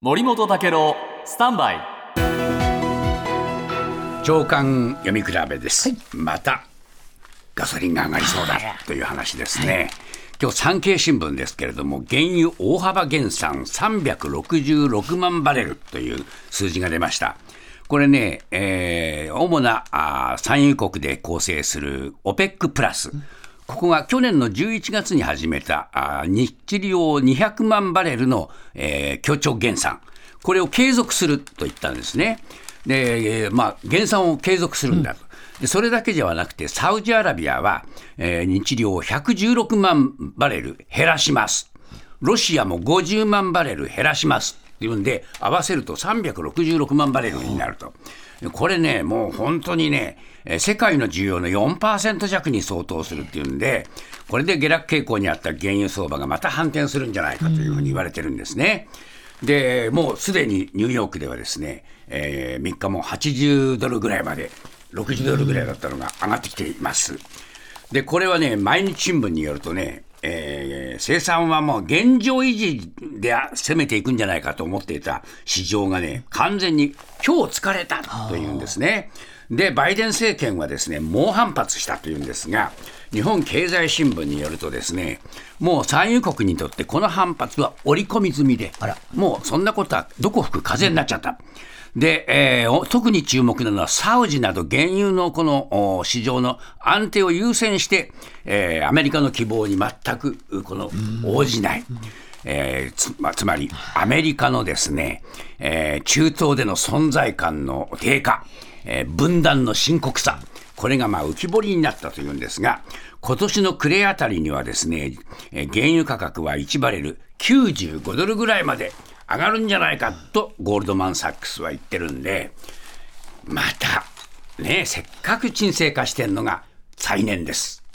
森本武郎スタンバイ長官読み比べです、またガソリンが上がりそうだという話ですね、今日産経新聞ですけれども、原油大幅減産366万バレルという数字が出ました。これね、主な産油国で構成する OPEC プラス、ここが去年の11月に始めた日量200万バレルの、協調減産、これを継続すると言ったんですね。で、減産を継続するんだと。でそれだけではなくて、サウジアラビアは、日量116万バレル減らします。ロシアも50万バレル減らしますっていうんで、合わせると366万バレルになると。これね、もう本当にね、世界の需要の 4% 弱に相当するっていうんで、これで下落傾向にあった原油相場がまた反転するんじゃないかというふうに言われてるんですね。でもうすでにニューヨークではですね、3日も80ドルぐらいまで、60ドルぐらいだったのが上がってきています。でこれはね、毎日新聞によるとね、生産はもう現状維持で攻めていくんじゃないかと思っていた市場がね、完全に今日疲れたというんですね。でバイデン政権はですね、猛反発したというんですが、日本経済新聞によるとですね、もう産油国にとってこの反発は織り込み済みで、もうそんなことはどこ吹く風になっちゃった。で、特に注目なのはサウジなど原油のこの市場の安定を優先して、アメリカの希望に全くこの応じない、つまりアメリカのですね、中東での存在感の低下、分断の深刻さ、これが浮き彫りになったというんですが、今年の暮れあたりにはですね、原油価格は1バレル95ドルぐらいまで上がるんじゃないかとゴールドマンサックスは言ってるんで、またね、せっかく沈静化してんのが再燃です。